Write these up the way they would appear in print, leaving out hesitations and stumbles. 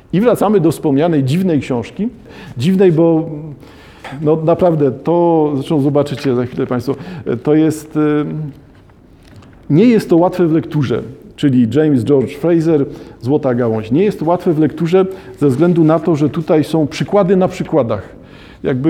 I wracamy do wspomnianej dziwnej książki. Dziwnej, bo no naprawdę to, zresztą zobaczycie za chwilę Państwo, to jest, nie jest to łatwe w lekturze. Czyli James George Frazer, Złota gałąź. Nie jest to łatwe w lekturze ze względu na to, że tutaj są przykłady na przykładach. Jakby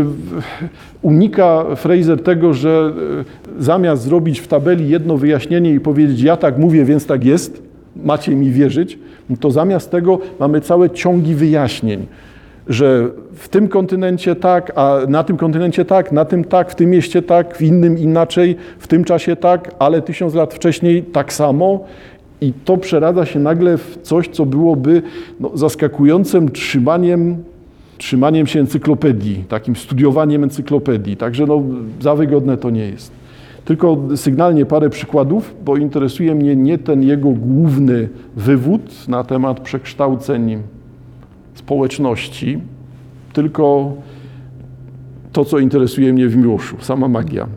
unika Frazer tego, że zamiast zrobić w tabeli jedno wyjaśnienie i powiedzieć ja tak mówię, więc tak jest, macie mi wierzyć, to zamiast tego mamy całe ciągi wyjaśnień, że w tym kontynencie tak, a na tym kontynencie tak, na tym tak, w tym mieście tak, w innym inaczej, w tym czasie tak, ale 1000 lat wcześniej tak samo. I to przeradza się nagle w coś, co byłoby zaskakującym trzymaniem się encyklopedii, takim studiowaniem encyklopedii. Także za wygodne to nie jest. Tylko sygnalnie parę przykładów, bo interesuje mnie nie ten jego główny wywód na temat przekształceń społeczności, tylko to, co interesuje mnie w Miłoszu, sama magia.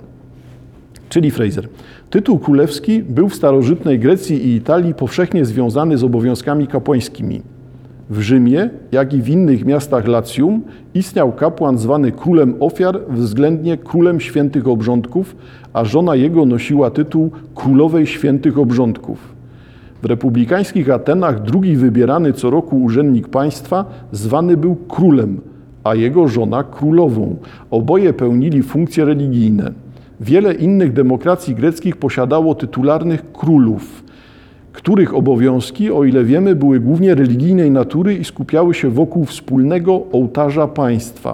Czyli Frazer. Tytuł królewski był w starożytnej Grecji i Italii powszechnie związany z obowiązkami kapłańskimi. W Rzymie, jak i w innych miastach Latium, istniał kapłan zwany królem ofiar, względnie królem świętych obrządków, a żona jego nosiła tytuł królowej świętych obrządków. W republikańskich Atenach drugi wybierany co roku urzędnik państwa zwany był królem, a jego żona królową. Oboje pełnili funkcje religijne. Wiele innych demokracji greckich posiadało tytularnych królów, których obowiązki, o ile wiemy, były głównie religijnej natury i skupiały się wokół wspólnego ołtarza państwa.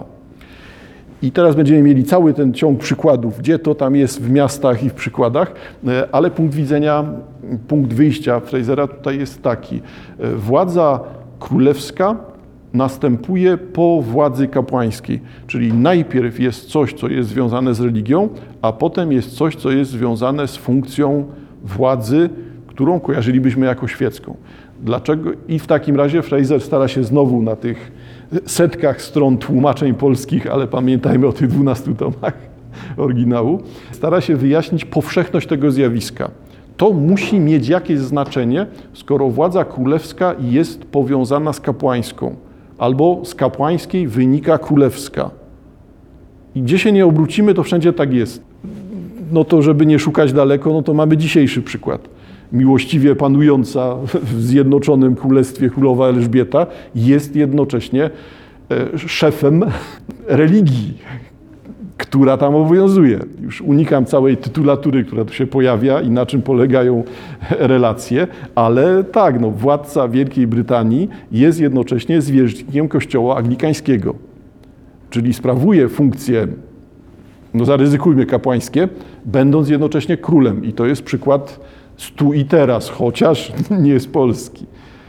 I teraz będziemy mieli cały ten ciąg przykładów, gdzie to tam jest w miastach i w przykładach, ale punkt wyjścia Frazera tutaj jest taki. Władza królewska następuje po władzy kapłańskiej, czyli najpierw jest coś, co jest związane z religią, a potem jest coś, co jest związane z funkcją władzy, którą kojarzylibyśmy jako świecką. Dlaczego? I w takim razie Frazer stara się znowu na tych setkach stron tłumaczeń polskich, ale pamiętajmy o tych 12 tomach oryginału, stara się wyjaśnić powszechność tego zjawiska. To musi mieć jakieś znaczenie, skoro władza królewska jest powiązana z kapłańską, albo z kapłańskiej wynika królewska. I gdzie się nie obrócimy, to wszędzie tak jest. No to żeby nie szukać daleko, no to mamy dzisiejszy przykład. Miłościwie panująca w Zjednoczonym Królestwie królowa Elżbieta jest jednocześnie szefem religii, która tam obowiązuje. Już unikam całej tytulatury, która tu się pojawia i na czym polegają relacje, ale tak, władca Wielkiej Brytanii jest jednocześnie zwierzchnikiem kościoła anglikańskiego, czyli sprawuje funkcje, zaryzykujmy, kapłańskie, będąc jednocześnie królem. I to jest przykład z tu i teraz, chociaż nie z Polski.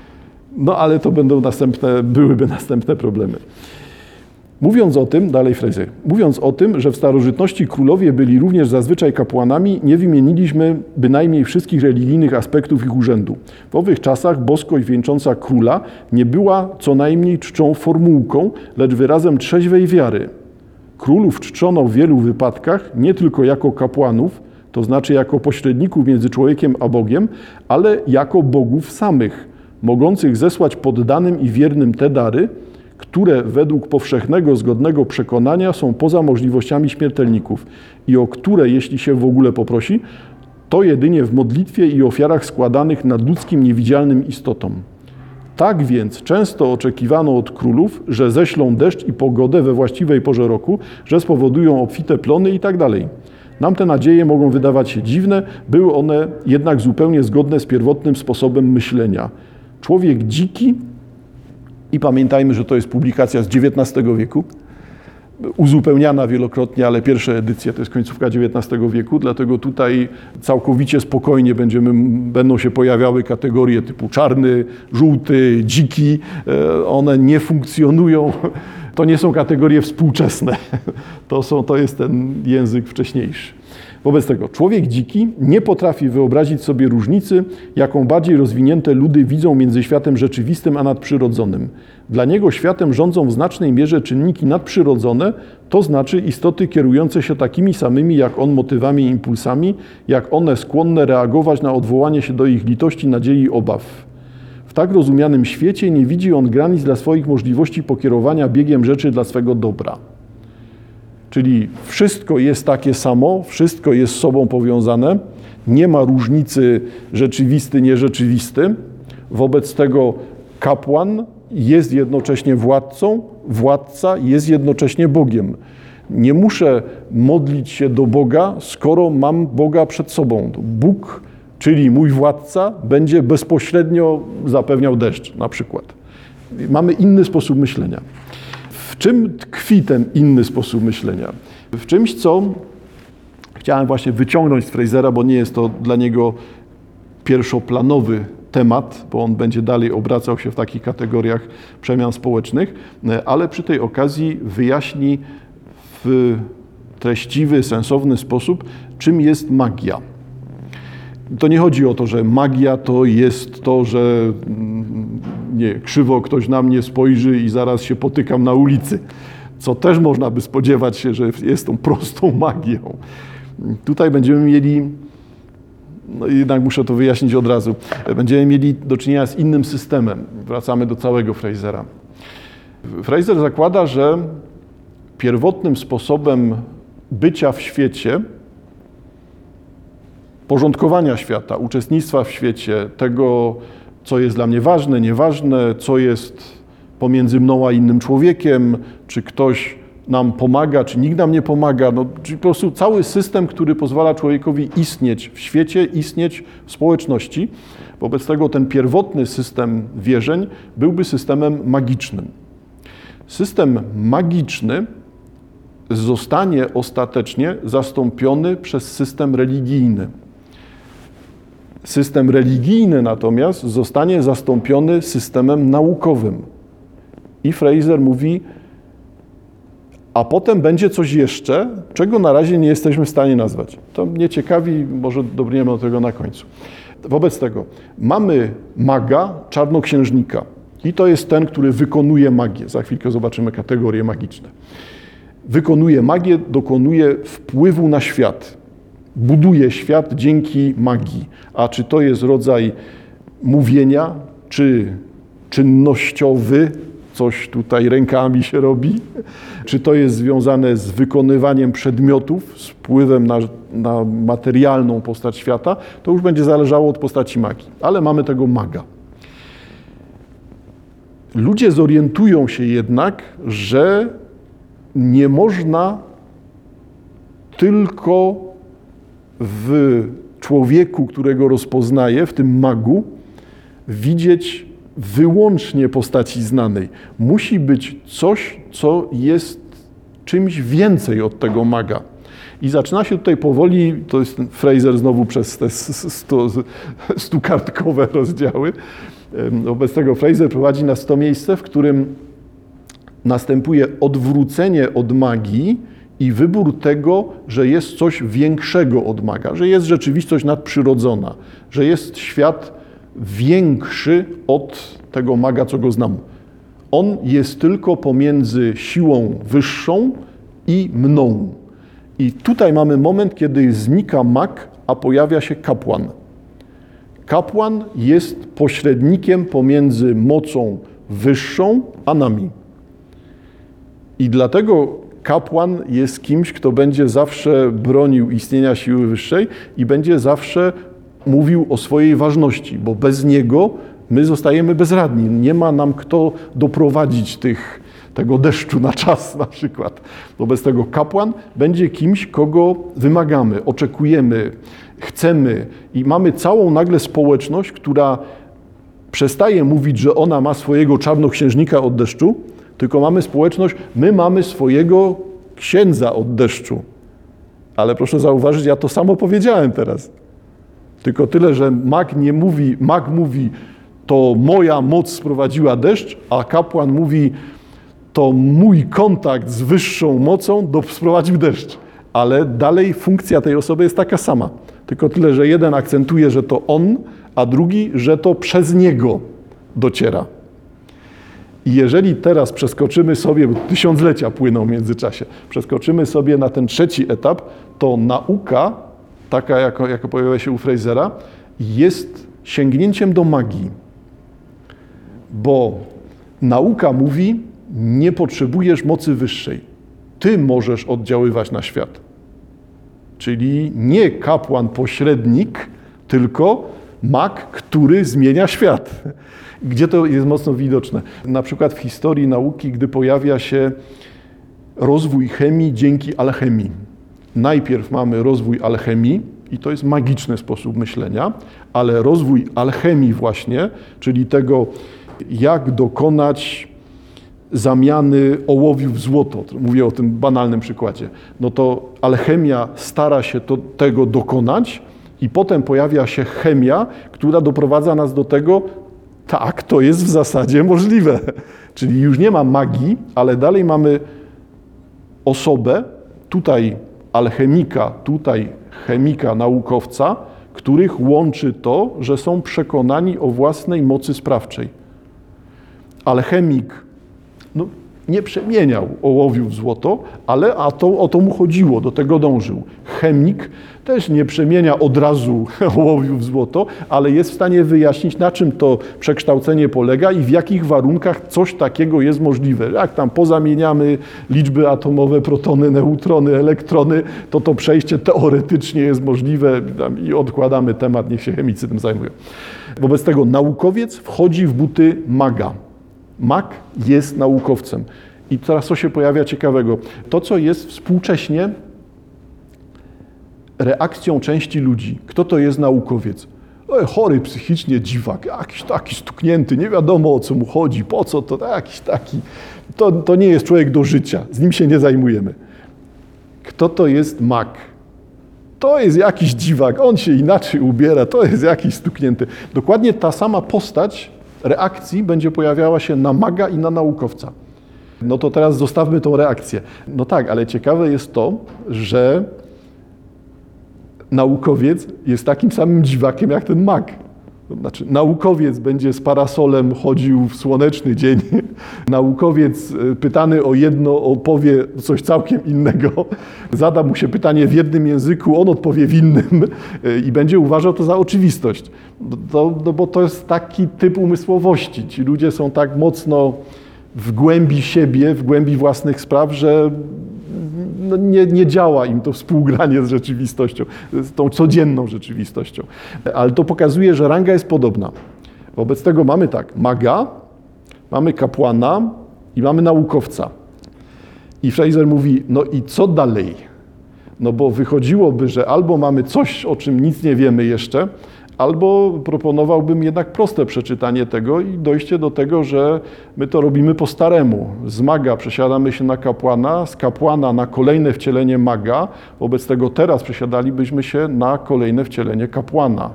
Ale to byłyby następne problemy. Mówiąc o tym, dalej Frazer, że w starożytności królowie byli również zazwyczaj kapłanami, nie wymieniliśmy bynajmniej wszystkich religijnych aspektów ich urzędu. W owych czasach boskość wieńcząca króla nie była co najmniej czczą formułką, lecz wyrazem trzeźwej wiary. Królów czczono w wielu wypadkach nie tylko jako kapłanów, to znaczy jako pośredników między człowiekiem a Bogiem, ale jako bogów samych, mogących zesłać poddanym i wiernym te dary, które według powszechnego, zgodnego przekonania są poza możliwościami śmiertelników i o które, jeśli się w ogóle poprosi, to jedynie w modlitwie i ofiarach składanych nad ludzkim niewidzialnym istotom. Tak więc często oczekiwano od królów, że ześlą deszcz i pogodę we właściwej porze roku, że spowodują obfite plony i tak dalej. Nam te nadzieje mogą wydawać się dziwne, były one jednak zupełnie zgodne z pierwotnym sposobem myślenia. Człowiek dziki, i pamiętajmy, że to jest publikacja z XIX wieku, uzupełniana wielokrotnie, ale pierwsza edycja to jest końcówka XIX wieku, dlatego tutaj całkowicie spokojnie będą się pojawiały kategorie typu czarny, żółty, dziki. One nie funkcjonują, to nie są kategorie współczesne, to jest ten język wcześniejszy. Wobec tego człowiek dziki nie potrafi wyobrazić sobie różnicy, jaką bardziej rozwinięte ludy widzą między światem rzeczywistym a nadprzyrodzonym. Dla niego światem rządzą w znacznej mierze czynniki nadprzyrodzone, to znaczy istoty kierujące się takimi samymi jak on motywami i impulsami, jak one skłonne reagować na odwołanie się do ich litości, nadziei i obaw. W tak rozumianym świecie nie widzi on granic dla swoich możliwości pokierowania biegiem rzeczy dla swego dobra. Czyli wszystko jest takie samo, wszystko jest z sobą powiązane, nie ma różnicy rzeczywisty, nierzeczywisty. Wobec tego kapłan jest jednocześnie władcą, władca jest jednocześnie Bogiem. Nie muszę modlić się do Boga, skoro mam Boga przed sobą. Bóg, czyli mój władca, będzie bezpośrednio zapewniał deszcz, na przykład. Mamy inny sposób myślenia. W czym tkwi ten inny sposób myślenia? W czymś, co chciałem właśnie wyciągnąć z Frasera, bo nie jest to dla niego pierwszoplanowy temat, bo on będzie dalej obracał się w takich kategoriach przemian społecznych, ale przy tej okazji wyjaśni w treściwy, sensowny sposób, czym jest magia. To nie chodzi o to, że magia to jest to, że krzywo ktoś na mnie spojrzy i zaraz się potykam na ulicy, co też można by spodziewać się, że jest tą prostą magią. Tutaj będziemy mieli, no jednak muszę to wyjaśnić od razu, będziemy mieli do czynienia z innym systemem. Wracamy do całego Frasera. Fraser zakłada, że pierwotnym sposobem bycia w świecie, porządkowania świata, uczestnictwa w świecie, tego, co jest dla mnie ważne, nieważne, co jest pomiędzy mną a innym człowiekiem, czy ktoś nam pomaga, czy nikt nam nie pomaga. Czyli po prostu cały system, który pozwala człowiekowi istnieć w świecie, istnieć w społeczności. Wobec tego ten pierwotny system wierzeń byłby systemem magicznym. System magiczny zostanie ostatecznie zastąpiony przez system religijny. System religijny natomiast zostanie zastąpiony systemem naukowym. I Fraser mówi, a potem będzie coś jeszcze, czego na razie nie jesteśmy w stanie nazwać. To mnie ciekawi, może dobrniemy do tego na końcu. Wobec tego mamy maga, czarnoksiężnika. I to jest ten, który wykonuje magię. Za chwilkę zobaczymy kategorie magiczne. Wykonuje magię, dokonuje wpływu na świat. Buduje świat dzięki magii. A czy to jest rodzaj mówienia, czy czynnościowy, coś tutaj rękami się robi, czy to jest związane z wykonywaniem przedmiotów, z wpływem na materialną postać świata, to już będzie zależało od postaci magii. Ale mamy tego maga. Ludzie zorientują się jednak, że nie można tylko w człowieku, którego rozpoznaje, w tym magu, widzieć wyłącznie postaci znanej. Musi być coś, co jest czymś więcej od tego maga. I zaczyna się tutaj powoli, to jest Fraser znowu przez te stukartkowe rozdziały. Wobec tego Fraser prowadzi nas w to miejsce, w którym następuje odwrócenie od magii i wybór tego, że jest coś większego od maga, że jest rzeczywistość nadprzyrodzona, że jest świat większy od tego maga, co go znam. On jest tylko pomiędzy siłą wyższą i mną. I tutaj mamy moment, kiedy znika mag, a pojawia się kapłan. Kapłan jest pośrednikiem pomiędzy mocą wyższą a nami. I dlatego kapłan jest kimś, kto będzie zawsze bronił istnienia siły wyższej i będzie zawsze mówił o swojej ważności, bo bez niego my zostajemy bezradni. Nie ma nam kto doprowadzić tego deszczu na czas na przykład. Wobec tego kapłan będzie kimś, kogo wymagamy, oczekujemy, chcemy i mamy całą nagle społeczność, która przestaje mówić, że ona ma swojego czarnoksiężnika od deszczu, tylko mamy społeczność, my mamy swojego księdza od deszczu. Ale proszę zauważyć, ja to samo powiedziałem teraz. Tylko tyle, że mag mówi, to moja moc sprowadziła deszcz, a kapłan mówi, to mój kontakt z wyższą mocą sprowadził deszcz. Ale dalej funkcja tej osoby jest taka sama. Tylko tyle, że jeden akcentuje, że to on, a drugi, że to przez niego dociera. I jeżeli teraz przeskoczymy sobie, bo tysiąclecia płyną w międzyczasie, przeskoczymy sobie na ten trzeci etap, to nauka, taka jaka pojawia się u Frasera, jest sięgnięciem do magii. Bo nauka mówi, nie potrzebujesz mocy wyższej. Ty możesz oddziaływać na świat. Czyli nie kapłan pośrednik, tylko mag, który zmienia świat. Gdzie to jest mocno widoczne? Na przykład w historii nauki, gdy pojawia się rozwój chemii dzięki alchemii. Najpierw mamy rozwój alchemii i to jest magiczny sposób myślenia, ale rozwój alchemii właśnie, czyli tego, jak dokonać zamiany ołowiu w złoto. Mówię o tym banalnym przykładzie. No to alchemia stara się tego dokonać i potem pojawia się chemia, która doprowadza nas do tego, tak, to jest w zasadzie możliwe. Czyli już nie ma magii, ale dalej mamy osobę, tutaj alchemika, tutaj chemika, naukowca, których łączy to, że są przekonani o własnej mocy sprawczej. Alchemik nie przemieniał ołowiu w złoto, ale o to mu chodziło, do tego dążył. Chemik też nie przemienia od razu ołowiu w złoto, ale jest w stanie wyjaśnić, na czym to przekształcenie polega i w jakich warunkach coś takiego jest możliwe. Jak tam pozamieniamy liczby atomowe, protony, neutrony, elektrony, to przejście teoretycznie jest możliwe i odkładamy temat, niech się chemicy tym zajmują. Wobec tego naukowiec wchodzi w buty maga. Mag jest naukowcem. I teraz co się pojawia ciekawego? To, co jest współcześnie reakcją części ludzi. Kto to jest naukowiec? Chory psychicznie dziwak, jakiś taki stuknięty, nie wiadomo o co mu chodzi, po co to, jakiś taki. To nie jest człowiek do życia, z nim się nie zajmujemy. Kto to jest mag? To jest jakiś dziwak, on się inaczej ubiera, to jest jakiś stuknięty. Dokładnie ta sama postać reakcji będzie pojawiała się na maga i na naukowca. No to teraz zostawmy tą reakcję. No tak, ale ciekawe jest to, że naukowiec jest takim samym dziwakiem jak ten mag. To znaczy, naukowiec będzie z parasolem chodził w słoneczny dzień. Naukowiec pytany o jedno opowie coś całkiem innego. Zada mu się pytanie w jednym języku, on odpowie w innym i będzie uważał to za oczywistość. Bo to jest taki typ umysłowości. Ci ludzie są tak mocno w głębi siebie, w głębi własnych spraw, że nie działa im to współgranie z rzeczywistością, z tą codzienną rzeczywistością. Ale to pokazuje, że ranga jest podobna. Wobec tego mamy tak, maga, mamy kapłana i mamy naukowca. I Fraser mówi, no i co dalej? No bo wychodziłoby, że albo mamy coś, o czym nic nie wiemy jeszcze, albo proponowałbym jednak proste przeczytanie tego i dojście do tego, że my to robimy po staremu. Z maga przesiadamy się na kapłana, z kapłana na kolejne wcielenie maga, wobec tego teraz przesiadalibyśmy się na kolejne wcielenie kapłana.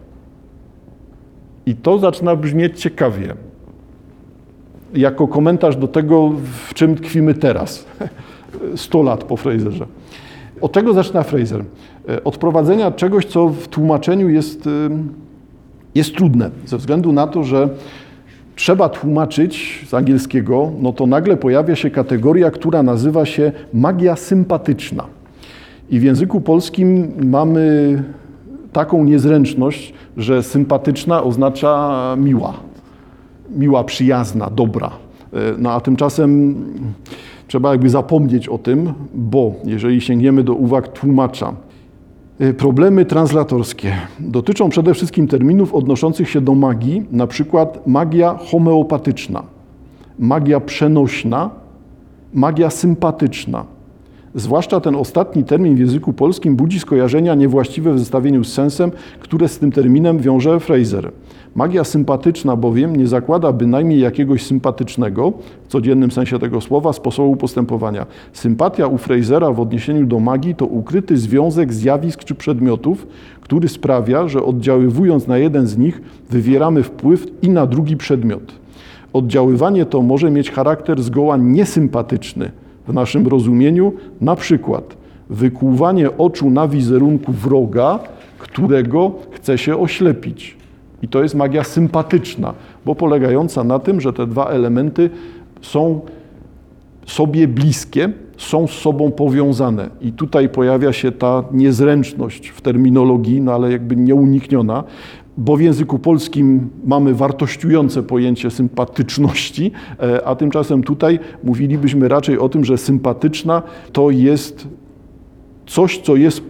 I to zaczyna brzmieć ciekawie. Jako komentarz do tego, w czym tkwimy teraz, 100 lat po Fraserze. Od czego zaczyna Fraser? Od prowadzenia czegoś, co w tłumaczeniu jest trudne, ze względu na to, że trzeba tłumaczyć z angielskiego, no to nagle pojawia się kategoria, która nazywa się magia sympatyczna. I w języku polskim mamy taką niezręczność, że sympatyczna oznacza miła, przyjazna, dobra. No a tymczasem trzeba jakby zapomnieć o tym, bo jeżeli sięgniemy do uwag tłumacza, problemy translatorskie dotyczą przede wszystkim terminów odnoszących się do magii, na przykład magia homeopatyczna, magia przenośna, magia sympatyczna. Zwłaszcza ten ostatni termin w języku polskim budzi skojarzenia niewłaściwe w zestawieniu z sensem, które z tym terminem wiąże Fraser. Magia sympatyczna bowiem nie zakłada bynajmniej jakiegoś sympatycznego, w codziennym sensie tego słowa, sposobu postępowania. Sympatia u Frasera w odniesieniu do magii to ukryty związek zjawisk czy przedmiotów, który sprawia, że oddziaływując na jeden z nich, wywieramy wpływ i na drugi przedmiot. Oddziaływanie to może mieć charakter zgoła niesympatyczny, w naszym rozumieniu, na przykład wykłuwanie oczu na wizerunku wroga, którego chce się oślepić. I to jest magia sympatyczna, bo polegająca na tym, że te dwa elementy są sobie bliskie, są z sobą powiązane. I tutaj pojawia się ta niezręczność w terminologii, no ale jakby nieunikniona. bo w języku polskim mamy wartościujące pojęcie sympatyczności, a tymczasem tutaj mówilibyśmy raczej o tym, że sympatyczna to jest coś, co jest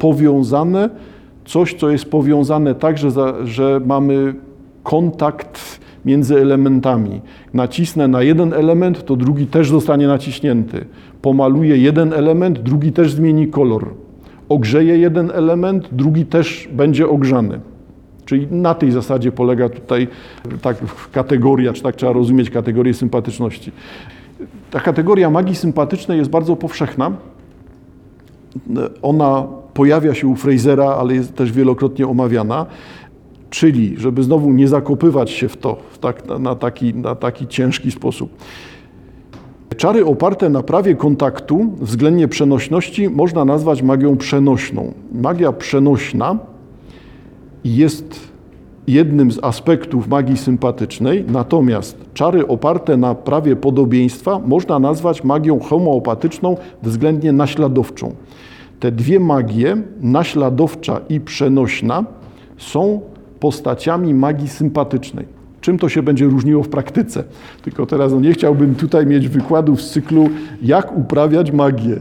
powiązane tak, że mamy kontakt między elementami. Nacisnę na jeden element, to drugi też zostanie naciśnięty. Pomaluję jeden element, drugi też zmieni kolor. Ogrzeję jeden element, drugi też będzie ogrzany. Czyli na tej zasadzie polega tutaj tak kategoria, czy tak trzeba rozumieć kategorię sympatyczności. Ta kategoria magii sympatycznej jest bardzo powszechna. Ona pojawia się u Frasera, ale jest też wielokrotnie omawiana. Czyli, żeby znowu nie zakopywać się w to na taki ciężki sposób. Czary oparte na prawie kontaktu względnie przenośności można nazwać magią przenośną. Magia przenośna jest jednym z aspektów magii sympatycznej, natomiast czary oparte na prawie podobieństwa można nazwać magią homeopatyczną względnie naśladowczą. Te dwie magie, naśladowcza i przenośna, są postaciami magii sympatycznej. Czym to się będzie różniło w praktyce? Tylko teraz nie chciałbym tutaj mieć wykładów z cyklu jak uprawiać magię.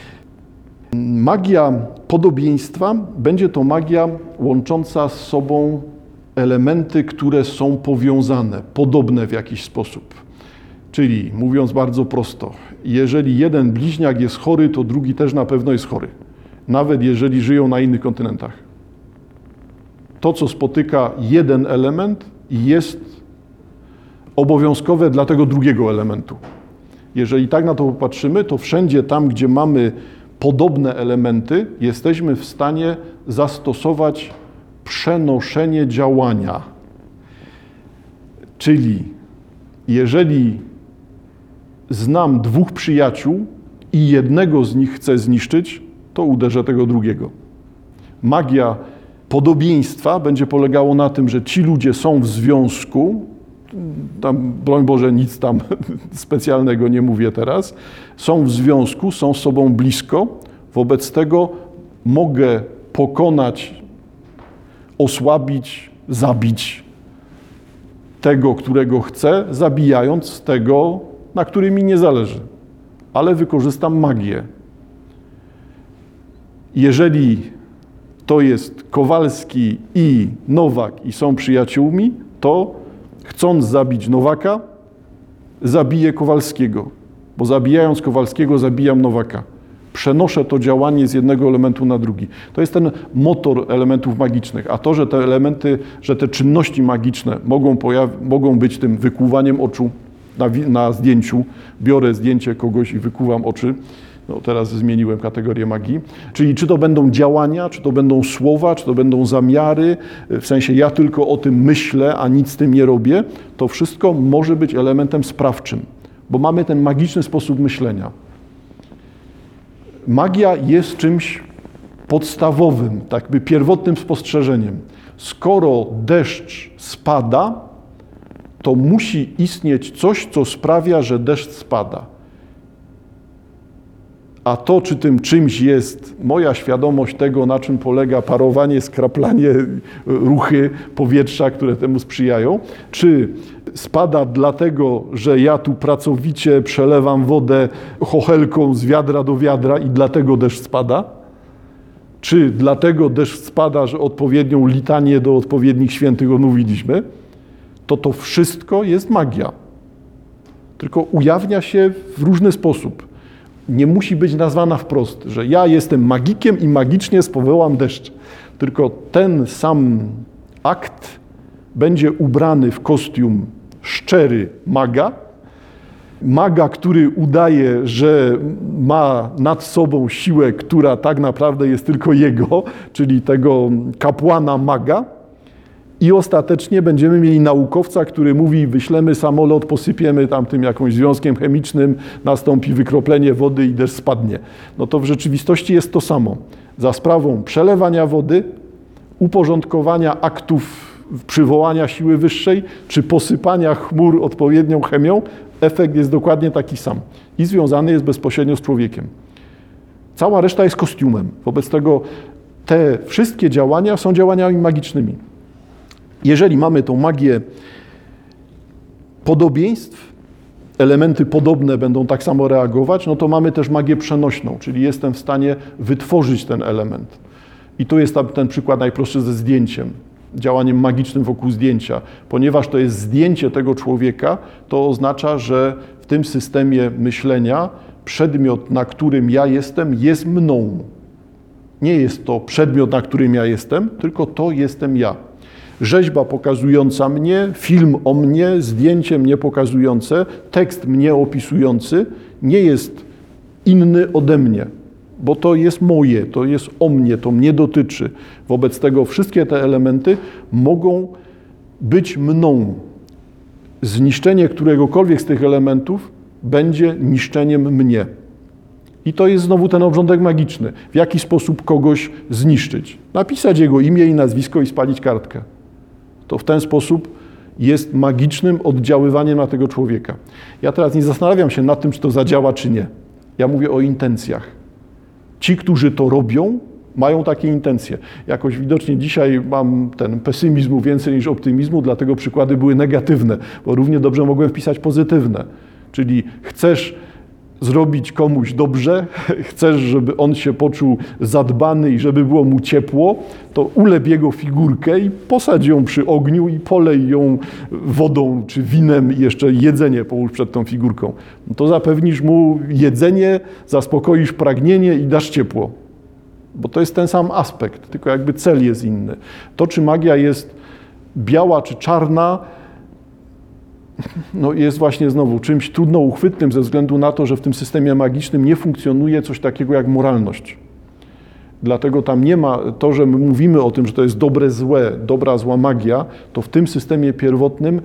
Magia podobieństwa będzie to magia łącząca z sobą elementy, które są powiązane, podobne w jakiś sposób. Czyli mówiąc bardzo prosto, jeżeli jeden bliźniak jest chory, to drugi też na pewno jest chory. Nawet jeżeli żyją na innych kontynentach. To, co spotyka jeden element, jest obowiązkowe dla tego drugiego elementu. Jeżeli tak na to popatrzymy, to wszędzie tam, gdzie mamy podobne elementy, jesteśmy w stanie zastosować przenoszenie działania. Czyli jeżeli znam dwóch przyjaciół i jednego z nich chcę zniszczyć, to uderzę tego drugiego. Magia podobieństwa będzie polegało na tym, że ci ludzie są w związku, tam, broń Boże, nic tam specjalnego nie mówię teraz, są w związku, są z sobą blisko, wobec tego mogę pokonać, osłabić, zabić tego, którego chcę, zabijając tego, na którym mi nie zależy, ale wykorzystam magię. Jeżeli to jest Kowalski i Nowak i są przyjaciółmi, to chcąc zabić Nowaka, zabiję Kowalskiego, bo zabijając Kowalskiego zabijam Nowaka. Przenoszę to działanie z jednego elementu na drugi. To jest ten motor elementów magicznych, a to, że te elementy, że te czynności magiczne mogą być tym wykuwaniem oczu na zdjęciu. Biorę zdjęcie kogoś i wykuwam oczy. No teraz zmieniłem kategorię magii. Czyli czy to będą działania, czy to będą słowa, czy to będą zamiary, w sensie ja tylko o tym myślę, a nic z tym nie robię, to wszystko może być elementem sprawczym, bo mamy ten magiczny sposób myślenia. Magia jest czymś podstawowym, tak by pierwotnym spostrzeżeniem. Skoro deszcz spada, to musi istnieć coś, co sprawia, że deszcz spada. A to, czy tym czymś jest moja świadomość tego, na czym polega parowanie, skraplanie, ruchy powietrza, które temu sprzyjają, czy spada dlatego, że ja tu pracowicie przelewam wodę chochelką z wiadra do wiadra i dlatego deszcz spada, czy dlatego deszcz spada, że odpowiednią litanię do odpowiednich świętych odmówiliśmy, to wszystko jest magia. Tylko ujawnia się w różny sposób. Nie musi być nazwana wprost, że ja jestem magikiem i magicznie spowołam deszcz. Tylko ten sam akt będzie ubrany w kostium szczery maga. Maga, który udaje, że ma nad sobą siłę, która tak naprawdę jest tylko jego, czyli tego kapłana maga. I ostatecznie będziemy mieli naukowca, który mówi, wyślemy samolot, posypiemy tamtym jakimś związkiem chemicznym, nastąpi wykroplenie wody i deszcz spadnie. No to w rzeczywistości jest to samo. Za sprawą przelewania wody, uporządkowania aktów przywołania siły wyższej, czy posypania chmur odpowiednią chemią, efekt jest dokładnie taki sam. I związany jest bezpośrednio z człowiekiem. Cała reszta jest kostiumem. Wobec tego te wszystkie działania są działaniami magicznymi. Jeżeli mamy tą magię podobieństw, elementy podobne będą tak samo reagować, no to mamy też magię przenośną, czyli jestem w stanie wytworzyć ten element. I tu jest ten przykład najprostszy ze zdjęciem, działaniem magicznym wokół zdjęcia. Ponieważ to jest zdjęcie tego człowieka, to oznacza, że w tym systemie myślenia przedmiot, na którym ja jestem, jest mną. Nie jest to przedmiot, na którym ja jestem, tylko to jestem ja. Rzeźba pokazująca mnie, film o mnie, zdjęcie mnie pokazujące, tekst mnie opisujący nie jest inny ode mnie, bo to jest moje, to jest o mnie, to mnie dotyczy. Wobec tego wszystkie te elementy mogą być mną. Zniszczenie któregokolwiek z tych elementów będzie niszczeniem mnie. I to jest znowu ten obrządek magiczny. W jaki sposób kogoś zniszczyć? Napisać jego imię i nazwisko i spalić kartkę. To w ten sposób jest magicznym oddziaływaniem na tego człowieka. Ja teraz nie zastanawiam się nad tym, czy to zadziała, czy nie. Ja mówię o intencjach. Ci, którzy to robią, mają takie intencje. Jakoś widocznie dzisiaj mam ten pesymizmu więcej niż optymizmu, dlatego przykłady były negatywne, bo równie dobrze mogłem wpisać pozytywne. Czyli chcesz zrobić komuś dobrze, chcesz, żeby on się poczuł zadbany i żeby było mu ciepło, to ulep jego figurkę i posadź ją przy ogniu i polej ją wodą czy winem i jeszcze jedzenie połóż przed tą figurką. No to zapewnisz mu jedzenie, zaspokoisz pragnienie i dasz ciepło. Bo to jest ten sam aspekt, tylko jakby cel jest inny. To, czy magia jest biała czy czarna, no jest właśnie znowu czymś trudno uchwytnym ze względu na to, że w tym systemie magicznym nie funkcjonuje coś takiego jak moralność. Dlatego tam nie ma to, że my mówimy o tym, że to jest dobre, złe, dobra, zła magia, to w tym systemie pierwotnym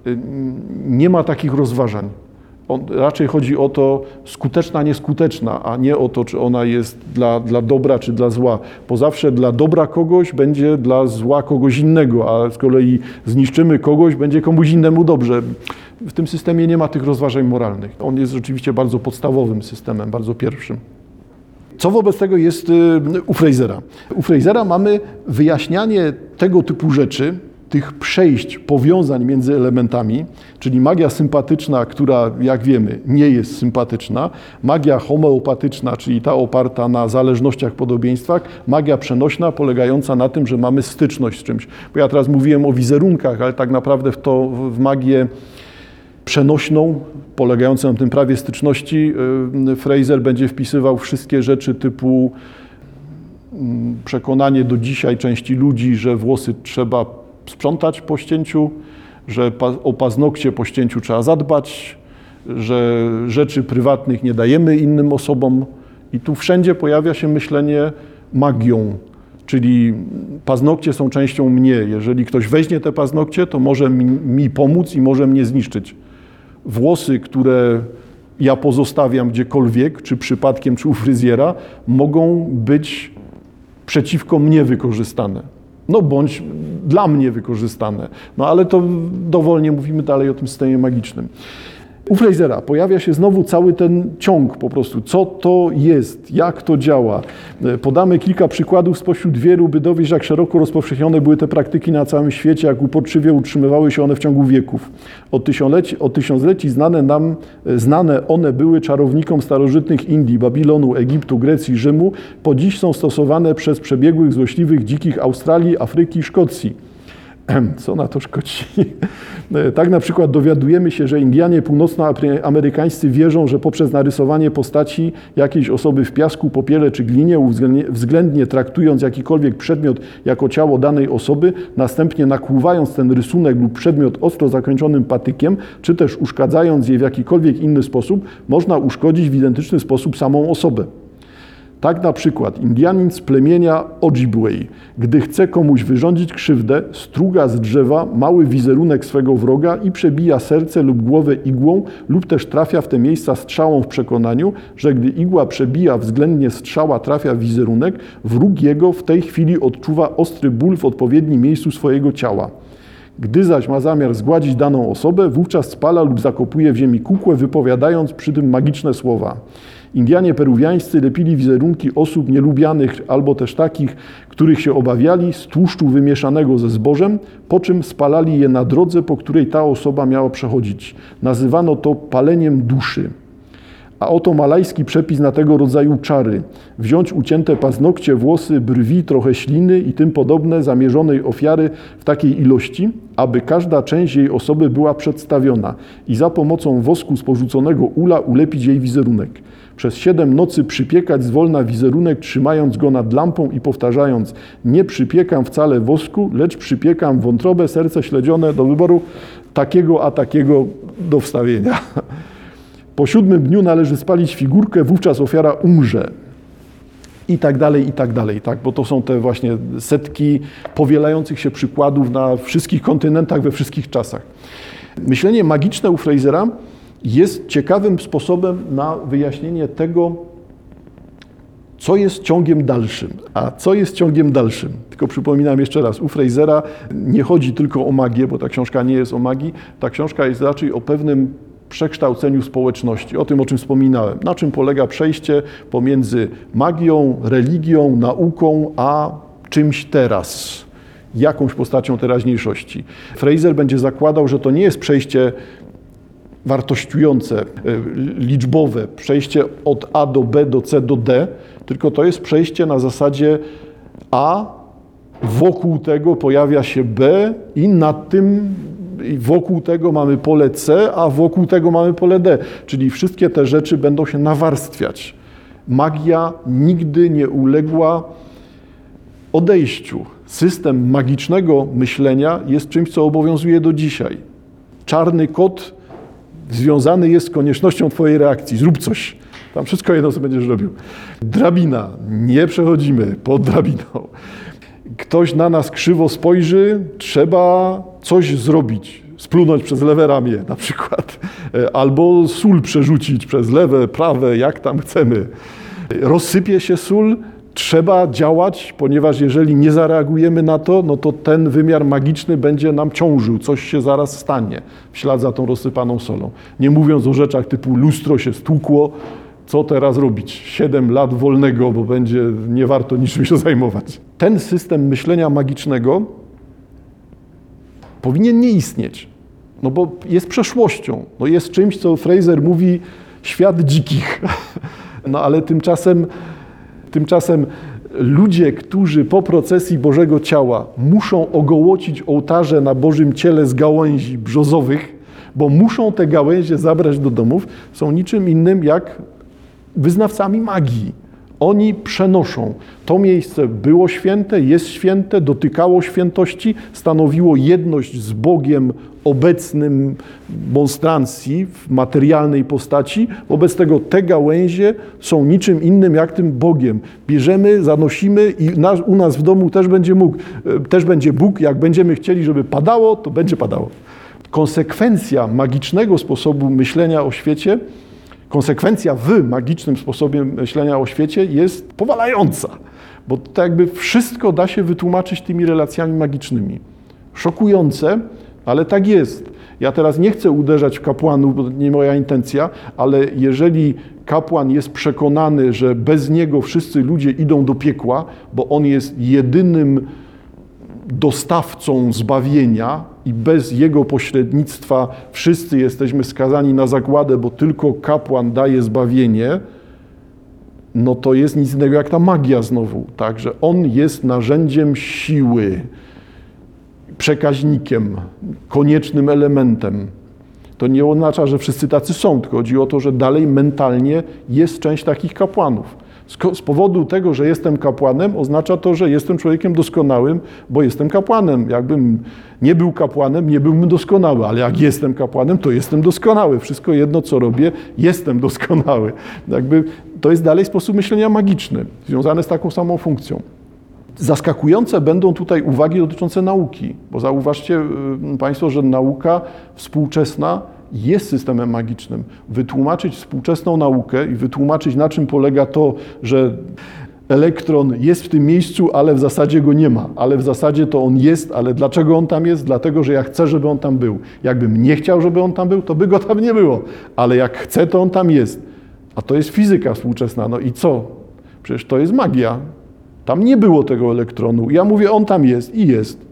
nie ma takich rozważań. Raczej chodzi o to skuteczna, nieskuteczna, a nie o to, czy ona jest dla dobra, czy dla zła. Bo zawsze dla dobra kogoś będzie dla zła kogoś innego, a z kolei zniszczymy kogoś, będzie komuś innemu dobrze. W tym systemie nie ma tych rozważań moralnych. On jest rzeczywiście bardzo podstawowym systemem, bardzo pierwszym. Co wobec tego jest u Frasera? U Frasera mamy wyjaśnianie tego typu rzeczy, tych przejść, powiązań między elementami, czyli magia sympatyczna, która, jak wiemy, nie jest sympatyczna, magia homeopatyczna, czyli ta oparta na zależnościach, podobieństwach, magia przenośna, polegająca na tym, że mamy styczność z czymś. Bo ja teraz mówiłem o wizerunkach, ale tak naprawdę w magię przenośną, polegającą na tym prawie styczności, Fraser będzie wpisywał wszystkie rzeczy typu przekonanie do dzisiaj części ludzi, że włosy trzeba sprzątać po ścięciu, że o paznokcie po ścięciu trzeba zadbać, że rzeczy prywatnych nie dajemy innym osobom. I tu wszędzie pojawia się myślenie magią, czyli paznokcie są częścią mnie. Jeżeli ktoś weźmie te paznokcie, to może mi pomóc i może mnie zniszczyć. Włosy, które ja pozostawiam gdziekolwiek, czy przypadkiem, czy u fryzjera, mogą być przeciwko mnie wykorzystane. No bądź dla mnie wykorzystane. No ale to dowolnie mówimy dalej o tym systemie magicznym. U Frasera pojawia się znowu cały ten ciąg po prostu. Co to jest? Jak to działa? Podamy kilka przykładów spośród wielu, by dowieść, jak szeroko rozpowszechnione były te praktyki na całym świecie, jak uporczywie utrzymywały się one w ciągu wieków. Od tysiącleci znane one były czarownikom starożytnych Indii, Babilonu, Egiptu, Grecji, Rzymu. Po dziś są stosowane przez przebiegłych, złośliwych, dzikich Australii, Afryki, Szkocji. Co na to szkodzi? Tak na przykład dowiadujemy się, że Indianie północnoamerykańscy wierzą, że poprzez narysowanie postaci jakiejś osoby w piasku, popiele czy glinie, względnie traktując jakikolwiek przedmiot jako ciało danej osoby, następnie nakłuwając ten rysunek lub przedmiot ostro zakończonym patykiem, czy też uszkadzając je w jakikolwiek inny sposób, można uszkodzić w identyczny sposób samą osobę. Tak na przykład Indianin z plemienia Ojibwe, gdy chce komuś wyrządzić krzywdę, struga z drzewa mały wizerunek swego wroga i przebija serce lub głowę igłą, lub też trafia w te miejsca strzałą w przekonaniu, że gdy igła przebija względnie strzała trafia w wizerunek, wróg jego w tej chwili odczuwa ostry ból w odpowiednim miejscu swojego ciała. Gdy zaś ma zamiar zgładzić daną osobę, wówczas spala lub zakopuje w ziemi kukłę, wypowiadając przy tym magiczne słowa. Indianie peruwiańscy lepili wizerunki osób nielubianych albo też takich, których się obawiali, z tłuszczu wymieszanego ze zbożem, po czym spalali je na drodze, po której ta osoba miała przechodzić. Nazywano to paleniem duszy. A oto malajski przepis na tego rodzaju czary. Wziąć ucięte paznokcie, włosy, brwi, trochę śliny i tym podobne zamierzonej ofiary w takiej ilości, aby każda część jej osoby była przedstawiona i za pomocą wosku z porzuconego ula ulepić jej wizerunek. Przez 7 nocy przypiekać zwolna wizerunek, trzymając go nad lampą i powtarzając: nie przypiekam wcale wosku, lecz przypiekam wątrobę, serce śledzione do wyboru takiego a takiego do wstawienia. Po 7 dniu należy spalić figurkę, wówczas ofiara umrze. I tak dalej, tak? Bo to są te właśnie setki powielających się przykładów na wszystkich kontynentach, we wszystkich czasach. Myślenie magiczne u Frasera jest ciekawym sposobem na wyjaśnienie tego, co jest ciągiem dalszym. A co jest ciągiem dalszym? Tylko przypominam jeszcze raz, u Frasera nie chodzi tylko o magię, bo ta książka nie jest o magii, ta książka jest raczej o pewnym przekształceniu społeczności, o tym, o czym wspominałem. Na czym polega przejście pomiędzy magią, religią, nauką, a czymś teraz, jakąś postacią teraźniejszości. Fraser będzie zakładał, że to nie jest przejście wartościujące, liczbowe, przejście od A do B, do C do D, tylko to jest przejście na zasadzie A, wokół tego pojawia się B i nad tym i wokół tego mamy pole C, a wokół tego mamy pole D. Czyli wszystkie te rzeczy będą się nawarstwiać. Magia nigdy nie uległa odejściu. System magicznego myślenia jest czymś, co obowiązuje do dzisiaj. Czarny kot związany jest z koniecznością twojej reakcji. Zrób coś. Tam wszystko jedno, co będziesz robił. Drabina. Nie przechodzimy pod drabiną. Ktoś na nas krzywo spojrzy, trzeba coś zrobić. Splunąć przez lewe ramię na przykład. Albo sól przerzucić przez lewe, prawe, jak tam chcemy. Rozsypie się sól, trzeba działać, ponieważ jeżeli nie zareagujemy na to, no to ten wymiar magiczny będzie nam ciążył. Coś się zaraz stanie w ślad za tą rozsypaną solą. Nie mówiąc o rzeczach typu lustro się stłukło, co teraz robić? 7 lat wolnego, bo będzie nie warto niczym się zajmować. Ten system myślenia magicznego powinien nie istnieć, no bo jest przeszłością, no jest czymś, co Fraser mówi świat dzikich. No ale tymczasem ludzie, którzy po procesji Bożego Ciała muszą ogołocić ołtarze na Bożym Ciele z gałęzi brzozowych, bo muszą te gałęzie zabrać do domów, są niczym innym jak wyznawcami magii. Oni przenoszą. To miejsce było święte, jest święte, dotykało świętości, stanowiło jedność z Bogiem obecnym monstrancji w materialnej postaci. Wobec tego te gałęzie są niczym innym jak tym Bogiem. Bierzemy, zanosimy i u nas w domu też będzie Bóg. Jak będziemy chcieli, żeby padało, to będzie padało. Konsekwencja magicznego sposobu myślenia o świecie, konsekwencja w magicznym sposobie myślenia o świecie jest powalająca, bo to jakby wszystko da się wytłumaczyć tymi relacjami magicznymi. Szokujące, ale tak jest. Ja teraz nie chcę uderzać w kapłanów, bo to nie moja intencja, ale jeżeli kapłan jest przekonany, że bez niego wszyscy ludzie idą do piekła, bo on jest jedynym dostawcą zbawienia i bez jego pośrednictwa wszyscy jesteśmy skazani na zagładę, bo tylko kapłan daje zbawienie, no to jest nic innego jak ta magia znowu. Także on jest narzędziem siły, przekaźnikiem, koniecznym elementem. To nie oznacza, że wszyscy tacy są, tylko chodzi o to, że dalej mentalnie jest część takich kapłanów. Z powodu tego, że jestem kapłanem, oznacza to, że jestem człowiekiem doskonałym, bo jestem kapłanem. Jakbym nie był kapłanem, nie byłbym doskonały, ale jak jestem kapłanem, to jestem doskonały. Wszystko jedno, co robię, jestem doskonały. Jakby to jest dalej sposób myślenia magiczny, związany z taką samą funkcją. Zaskakujące będą tutaj uwagi dotyczące nauki, bo zauważcie Państwo, że nauka współczesna jest systemem magicznym. Wytłumaczyć współczesną naukę i wytłumaczyć, na czym polega to, że elektron jest w tym miejscu, ale w zasadzie go nie ma. Ale w zasadzie to on jest, ale dlaczego on tam jest? Dlatego, że ja chcę, żeby on tam był. Jakbym nie chciał, żeby on tam był, to by go tam nie było. Ale jak chcę, to on tam jest. A to jest fizyka współczesna. No i co? Przecież to jest magia. Tam nie było tego elektronu. Ja mówię, on tam jest i jest.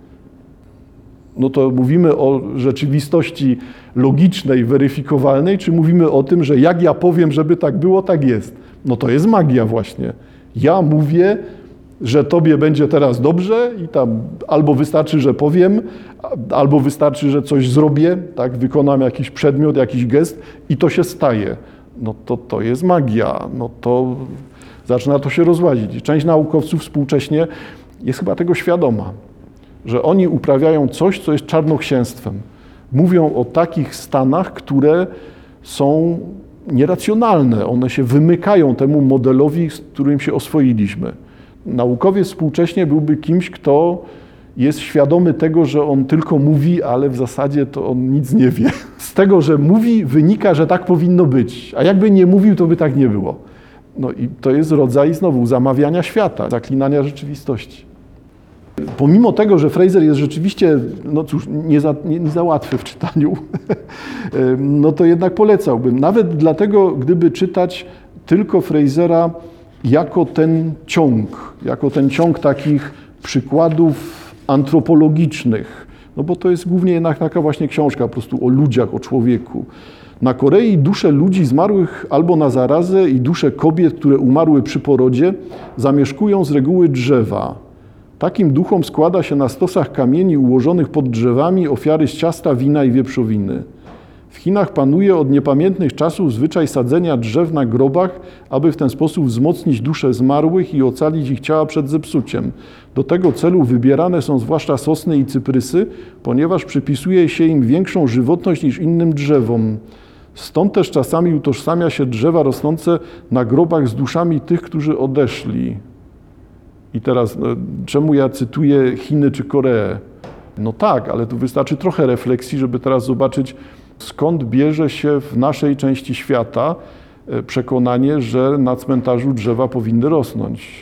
No to mówimy o rzeczywistości logicznej, weryfikowalnej, czy mówimy o tym, że jak ja powiem, żeby tak było, tak jest. No to jest magia właśnie. Ja mówię, że tobie będzie teraz dobrze i tam albo wystarczy, że powiem, albo wystarczy, że coś zrobię, tak, wykonam jakiś przedmiot, jakiś gest i to się staje. No to jest magia. No to zaczyna to się rozłazić. I część naukowców współcześnie jest chyba tego świadoma, że oni uprawiają coś, co jest czarnoksięstwem. Mówią o takich stanach, które są nieracjonalne. One się wymykają temu modelowi, z którym się oswoiliśmy. Naukowiec współcześnie byłby kimś, kto jest świadomy tego, że on tylko mówi, ale w zasadzie to on nic nie wie. Z tego, że mówi, wynika, że tak powinno być. A jakby nie mówił, to by tak nie było. No i to jest rodzaj znowu zamawiania świata, zaklinania rzeczywistości. Pomimo tego, że Fraser jest rzeczywiście, no cóż, nie za łatwy w czytaniu, no to jednak polecałbym. Nawet dlatego, gdyby czytać tylko Frasera jako ten ciąg takich przykładów antropologicznych, no bo to jest głównie jednak taka właśnie książka po prostu o ludziach, o człowieku. Na Korei dusze ludzi zmarłych albo na zarazę i dusze kobiet, które umarły przy porodzie, zamieszkują z reguły drzewa. Takim duchom składa się na stosach kamieni ułożonych pod drzewami ofiary z ciasta, wina i wieprzowiny. W Chinach panuje od niepamiętnych czasów zwyczaj sadzenia drzew na grobach, aby w ten sposób wzmocnić dusze zmarłych i ocalić ich ciała przed zepsuciem. Do tego celu wybierane są zwłaszcza sosny i cyprysy, ponieważ przypisuje się im większą żywotność niż innym drzewom. Stąd też czasami utożsamia się drzewa rosnące na grobach z duszami tych, którzy odeszli. I teraz, czemu ja cytuję Chiny czy Koreę? No tak, ale tu wystarczy trochę refleksji, żeby teraz zobaczyć, skąd bierze się w naszej części świata przekonanie, że na cmentarzu drzewa powinny rosnąć.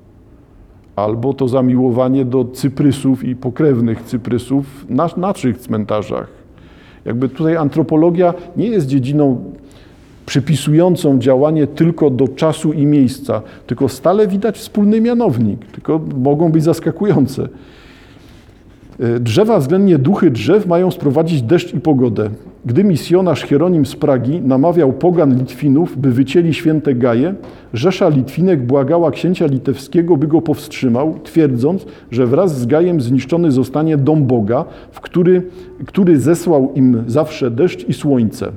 Albo to zamiłowanie do cyprysów i pokrewnych cyprysów na naszych cmentarzach. Jakby tutaj antropologia nie jest dziedziną przypisującą działanie tylko do czasu i miejsca, tylko stale widać wspólny mianownik, tylko mogą być zaskakujące. Drzewa, względnie duchy drzew, mają sprowadzić deszcz i pogodę. Gdy misjonarz Hieronim z Pragi namawiał pogan Litwinów, by wycięli święte gaje, rzesza Litwinek błagała księcia litewskiego, by go powstrzymał, twierdząc, że wraz z gajem zniszczony zostanie dom Boga, który zesłał im zawsze deszcz i słońce.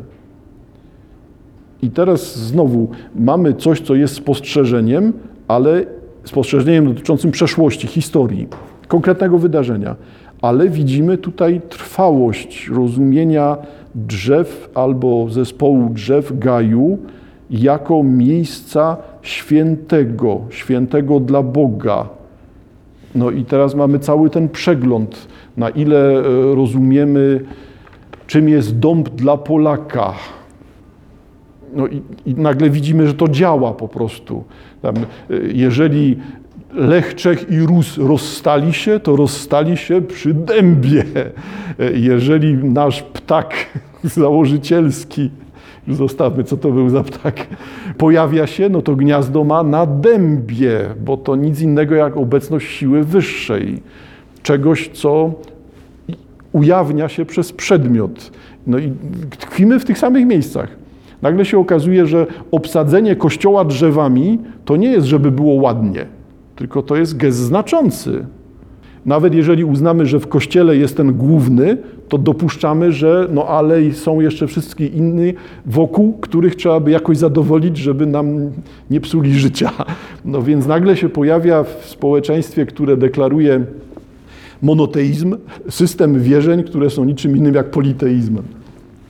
I teraz znowu mamy coś, co jest spostrzeżeniem, ale spostrzeżeniem dotyczącym przeszłości, historii, konkretnego wydarzenia. Ale widzimy tutaj trwałość rozumienia drzew albo zespołu drzew gaju jako miejsca świętego dla Boga. No i teraz mamy cały ten przegląd, na ile rozumiemy, czym jest dom dla Polaka. No i nagle widzimy, że to działa po prostu. Jeżeli Lech, Czech i Rus rozstali się, to rozstali się przy dębie. Jeżeli nasz ptak założycielski, już zostawmy, co to był za ptak, pojawia się, no to gniazdo ma na dębie, bo to nic innego jak obecność siły wyższej. Czegoś, co ujawnia się przez przedmiot. No i tkwimy w tych samych miejscach. Nagle się okazuje, że obsadzenie kościoła drzewami to nie jest, żeby było ładnie, tylko to jest gest znaczący. Nawet jeżeli uznamy, że w kościele jest ten główny, to dopuszczamy, że no ale są jeszcze wszystkie inni wokół, których trzeba by jakoś zadowolić, żeby nam nie psuli życia. No więc nagle się pojawia w społeczeństwie, które deklaruje monoteizm, system wierzeń, które są niczym innym jak politeizmem.